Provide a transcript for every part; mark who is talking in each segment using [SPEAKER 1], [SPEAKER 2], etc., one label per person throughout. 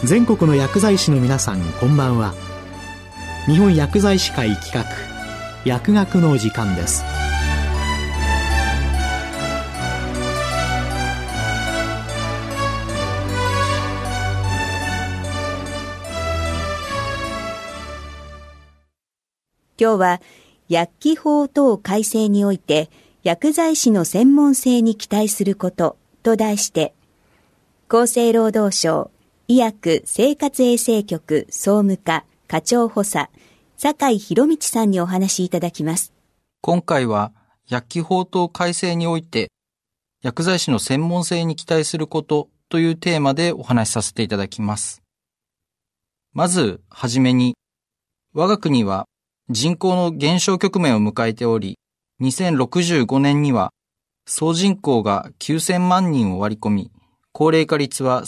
[SPEAKER 1] 全国の薬剤師の皆さん、こんばんは。日本薬剤師会企画、薬学の時間です。
[SPEAKER 2] 今日は薬機法等改正において薬剤師の専門性に期待することと題して、厚生労働省医薬生活衛生局総務課課長補佐酒井博道さんにお話しいただきます。
[SPEAKER 3] 今回は薬機法等改正において薬剤師の専門性に期待することというテーマでお話しさせていただきます。まずはじめに、我が国は人口の減少局面を迎えており、2065年には総人口が9000万人を割り込み、高齢化率は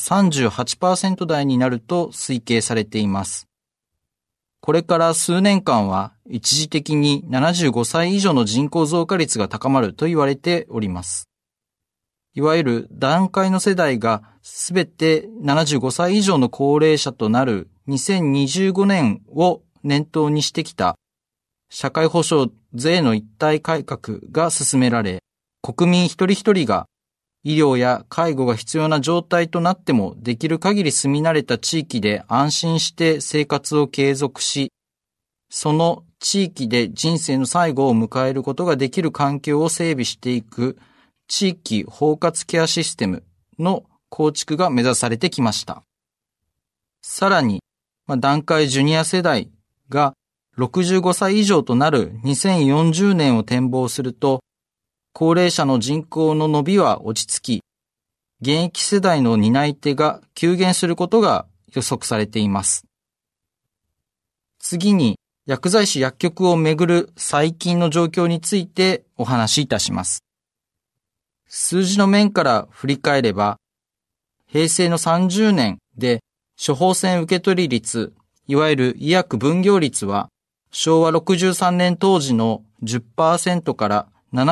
[SPEAKER 3] 38% 台になると推計されています。これから数年間は一時的に75歳以上の人口増加率が高まると言われております。いわゆる団塊の世代がすべて75歳以上の高齢者となる2025年を念頭にしてきた社会保障税の一体改革が進められ、国民一人一人が医療や介護が必要な状態となってもできる限り住み慣れた地域で安心して生活を継続し、その地域で人生の最後を迎えることができる環境を整備していく地域包括ケアシステムの構築が目指されてきました。さらに、団塊ジュニア世代が65歳以上となる2040年を展望すると、高齢者の人口の伸びは落ち着き、現役世代の担い手が急減することが予測されています。次に、薬剤師薬局をめぐる最近の状況についてお話しいたします。数字の面から振り返れば、平成の30年で処方箋受取率、いわゆる医薬分業率は、昭和63年当時の 10% から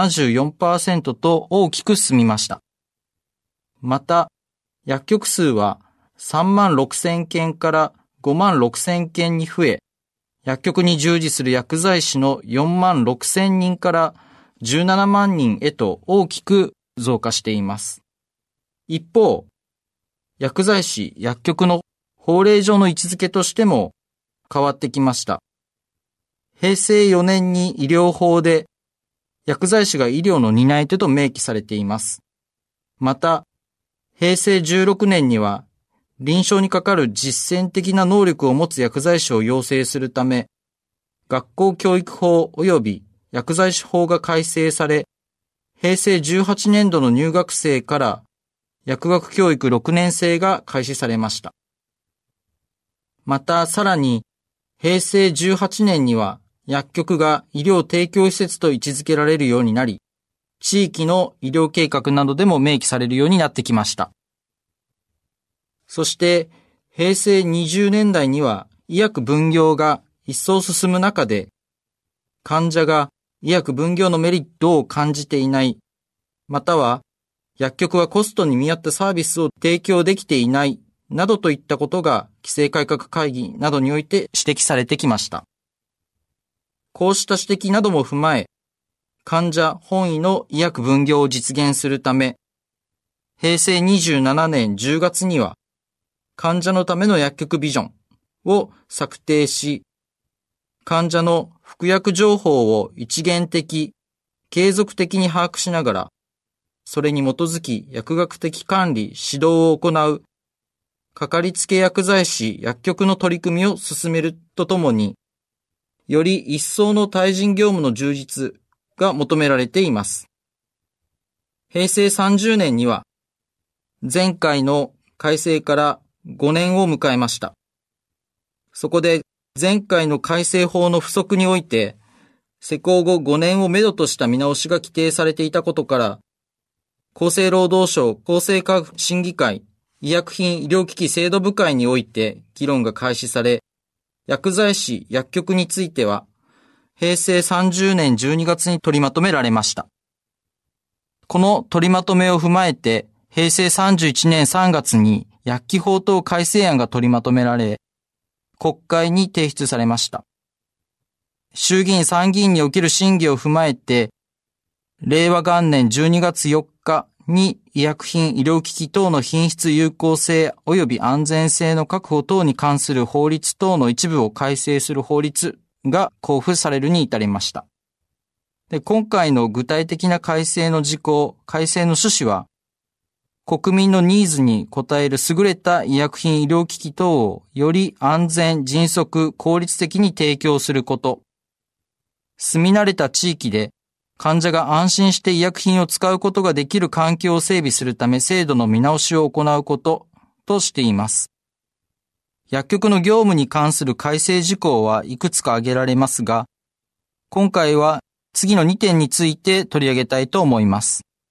[SPEAKER 3] 74% と大きく進みました。また、薬局数は3万6000件から5万6000件に増え、薬局に従事する薬剤師の4万6000人から17万人へと大きく増加しています。一方、薬剤師薬局の法令上の位置づけとしても変わってきました。平成4年に医療法で薬剤師が医療の担い手と明記されています。また、平成16年には臨床にかかる実践的な能力を持つ薬剤師を養成するため、学校教育法及び薬剤師法が改正され、平成18年度の入学生から薬学教育6年生が開始されました。またさらに、平成18年には薬局が医療提供施設と位置づけられるようになり、地域の医療計画などでも明記されるようになってきました。そして、平成20年代には医薬分業が一層進む中で、患者が医薬分業のメリットを感じていない、または薬局はコストに見合ったサービスを提供できていない、などといったことが規制改革会議などにおいて指摘されてきました。こうした指摘なども踏まえ、患者本位の医薬分業を実現するため、平成27年10月には、患者のための薬局ビジョンを策定し、患者の服薬情報を一元的、継続的に把握しながら、それに基づき薬学的管理・指導を行う、かかりつけ薬剤師薬局の取り組みを進めるとともに、より一層の対人業務の充実が求められています。平成30年には、前回の改正から5年を迎えました。そこで前回の改正法の付則において、施行後5年をめどとした見直しが規定されていたことから、厚生労働省厚生科学審議会医薬品医療機器制度部会において議論が開始され、薬剤師薬局については、平成30年12月に取りまとめられました。この取りまとめを踏まえて、平成31年3月に薬機法等改正案が取りまとめられ、国会に提出されました。衆議院参議院における審議を踏まえて、令和元年12月4日に医薬品、医療機器等の品質有効性及び安全性の確保等に関する法律等の一部を改正する法律が公布されるに至りました。で、今回の具体的な改正の事項、改正の趣旨は、国民のニーズに応える優れた医薬品医療機器等をより安全、迅速、効率的に提供すること。住み慣れた地域で患者が安心して医薬品を使うことができる環境を整備するため制度の見直しを行うこととしています。薬局の業務に関する改正事項はいくつか挙げられますが、今回は次の2点について取り上げたいと思います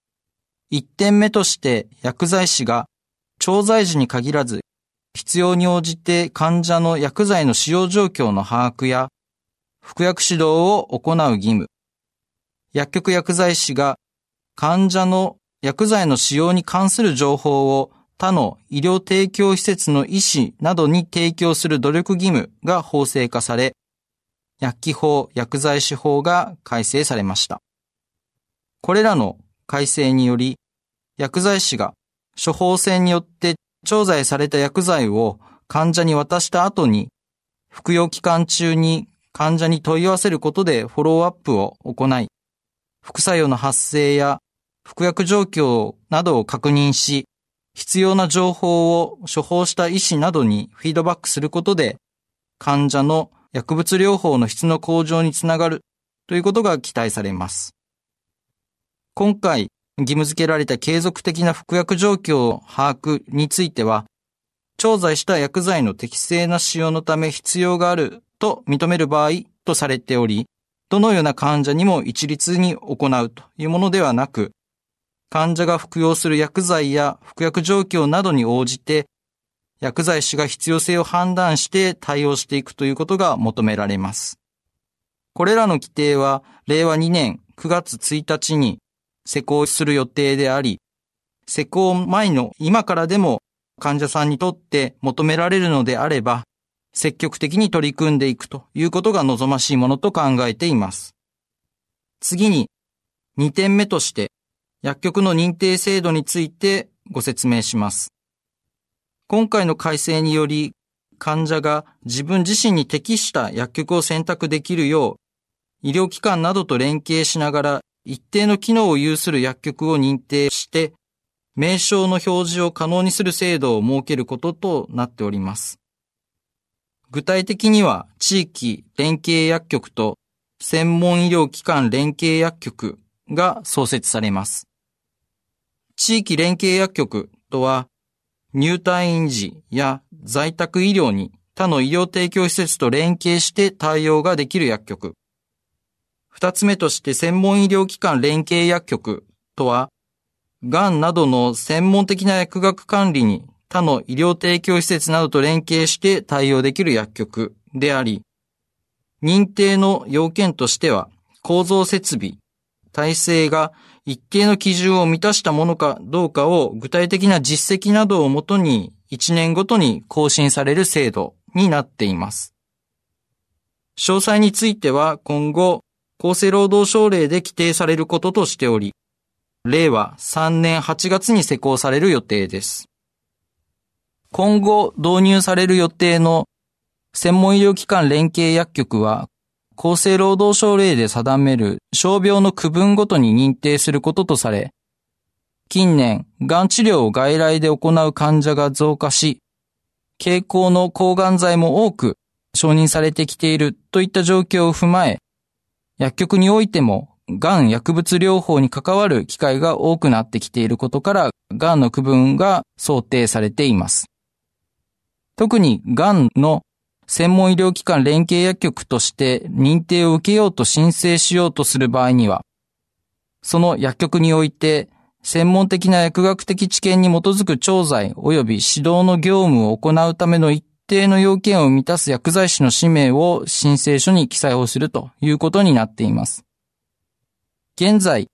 [SPEAKER 3] 。1点目として薬剤師が調剤時に限らず必要に応じて患者の薬剤の使用状況の把握や服薬指導を行う義務。薬局薬剤師が患者の薬剤の使用に関する情報を他の医療提供施設の医師などに提供する努力義務が法制化され、薬機法、薬剤師法が改正されました。これらの改正により、薬剤師が処方箋によって調剤された薬剤を患者に渡した後に、服用期間中に患者に問い合わせることでフォローアップを行い、副作用の発生や服薬状況などを確認し、必要な情報を処方した医師などにフィードバックすることで、患者の薬物療法の質の向上につながるということが期待されます。今回義務付けられた継続的な服薬状況把握については、調剤した薬剤の適正な使用のため必要があると認める場合とされており、どのような患者にも一律に行うというものではなく、患者が服用する薬剤や服薬状況などに応じて、薬剤師が必要性を判断して対応していくということが求められます。これらの規定は、令和2年9月1日に施行する予定であり、施行前の今からでも患者さんにとって求められるのであれば、積極的に取り組んでいくということが望ましいものと考えています。次に、2点目として、薬局の認定制度についてご説明します。今回の改正により、患者が自分自身に適した薬局を選択できるよう、医療機関などと連携しながら一定の機能を有する薬局を認定して、名称の表示を可能にする制度を設けることとなっております。具体的には、地域連携薬局と専門医療機関連携薬局が創設されます。地域連携薬局とは、入退院時や在宅医療に他の医療提供施設と連携して対応ができる薬局。二つ目として専門医療機関連携薬局とは、がんなどの専門的な薬学管理に他の医療提供施設などと連携して対応できる薬局であり、認定の要件としては、構造設備、体制が一定の基準を満たしたものかどうかを具体的な実績などをもとに1年ごとに更新される制度になっています。詳細については今後、厚生労働省令で規定されることとしており、令和3年8月に施行される予定です。今後導入される予定の専門医療機関連携薬局は、厚生労働省令で定める傷病の区分ごとに認定することとされ、近年、がん治療を外来で行う患者が増加し、経口の抗がん剤も多く承認されてきているといった状況を踏まえ、薬局においても、がん薬物療法に関わる機会が多くなってきていることから、がんの区分が想定されています。特にがんの専門医療機関連携薬局として認定を受けようと申請しようとする場合には、その薬局において専門的な薬学的知見に基づく調剤及び指導の業務を行うための一定の要件を満たす薬剤師の氏名を申請書に記載をするということになっています。現在、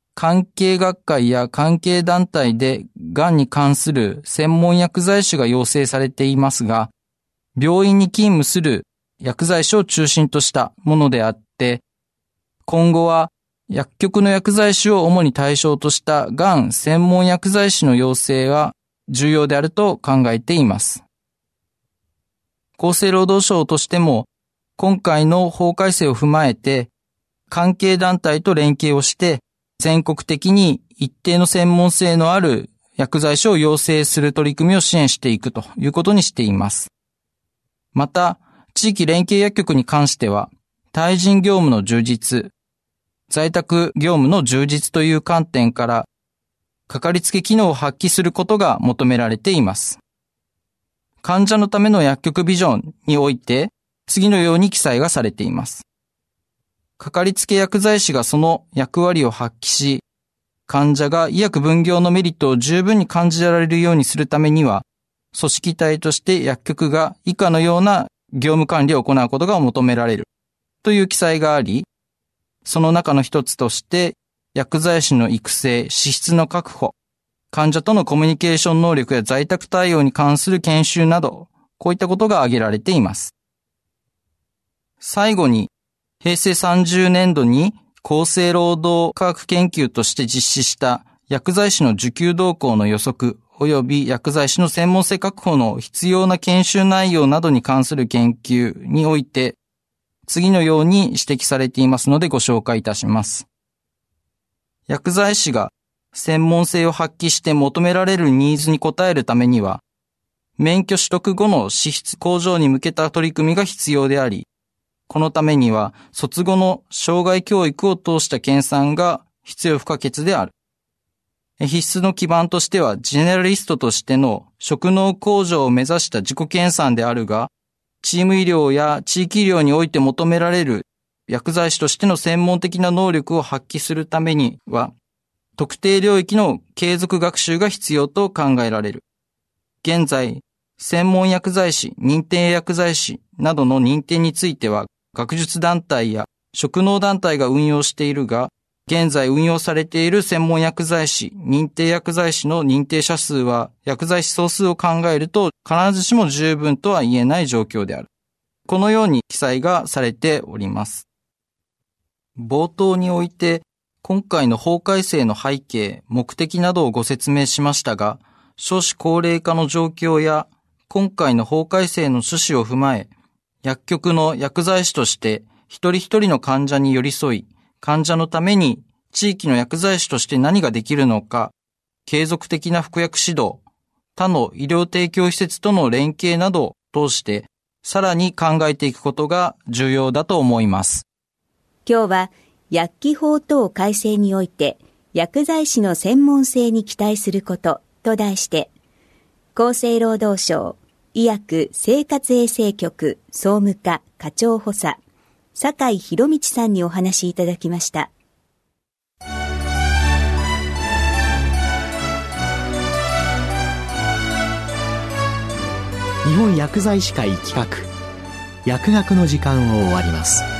[SPEAKER 3] 関係学会や関係団体でがんに関する専門薬剤師が要請されていますが、病院に勤務する薬剤師を中心としたものであって、今後は薬局の薬剤師を主に対象としたがん専門薬剤師の要請が重要であると考えています。厚生労働省としても、今回の法改正を踏まえて、関係団体と連携をして、全国的に一定の専門性のある薬剤師を養成する取り組みを支援していくということにしています。また、地域連携薬局に関しては、対人業務の充実、在宅業務の充実という観点から、かかりつけ機能を発揮することが求められています。患者のための薬局ビジョンにおいて、次のように記載がされています。かかりつけ薬剤師がその役割を発揮し、患者が医薬分業のメリットを十分に感じられるようにするためには、組織体として薬局が以下のような業務管理を行うことが求められるという記載があり、その中の一つとして薬剤師の育成、資質の確保、患者とのコミュニケーション能力や在宅対応に関する研修など、こういったことが挙げられています。最後に、平成30年度に厚生労働科学研究として実施した薬剤師の受給動向の予測及び薬剤師の専門性確保の必要な研修内容などに関する研究において次のように指摘されていますのでご紹介いたします。薬剤師が専門性を発揮して求められるニーズに応えるためには免許取得後の資質向上に向けた取り組みが必要であり、このためには卒後の障害教育を通した研鑽が必要不可欠である。必須の基盤としてはジェネラリストとしての職能向上を目指した自己研鑽であるが、チーム医療や地域医療において求められる薬剤師としての専門的な能力を発揮するためには、特定領域の継続学習が必要と考えられる。現在、専門薬剤師、認定薬剤師などの認定については、学術団体や職能団体が運用しているが、現在運用されている専門薬剤師、認定薬剤師の認定者数は薬剤師総数を考えると必ずしも十分とは言えない状況である。このように記載がされております。冒頭において今回の法改正の背景、目的などをご説明しましたが、少子高齢化の状況や今回の法改正の趣旨を踏まえ、薬局の薬剤師として一人一人の患者に寄り添い、患者のために地域の薬剤師として何ができるのか、継続的な服薬指導、他の医療提供施設との連携などを通してさらに考えていくことが重要だと思います。
[SPEAKER 2] 今日は薬機法等改正において薬剤師の専門性に期待することと題して、厚生労働省医薬生活衛生局総務課課長補佐酒井博道さんにお話しいただきました。
[SPEAKER 1] 日本薬剤師会企画薬学の時間を終わります。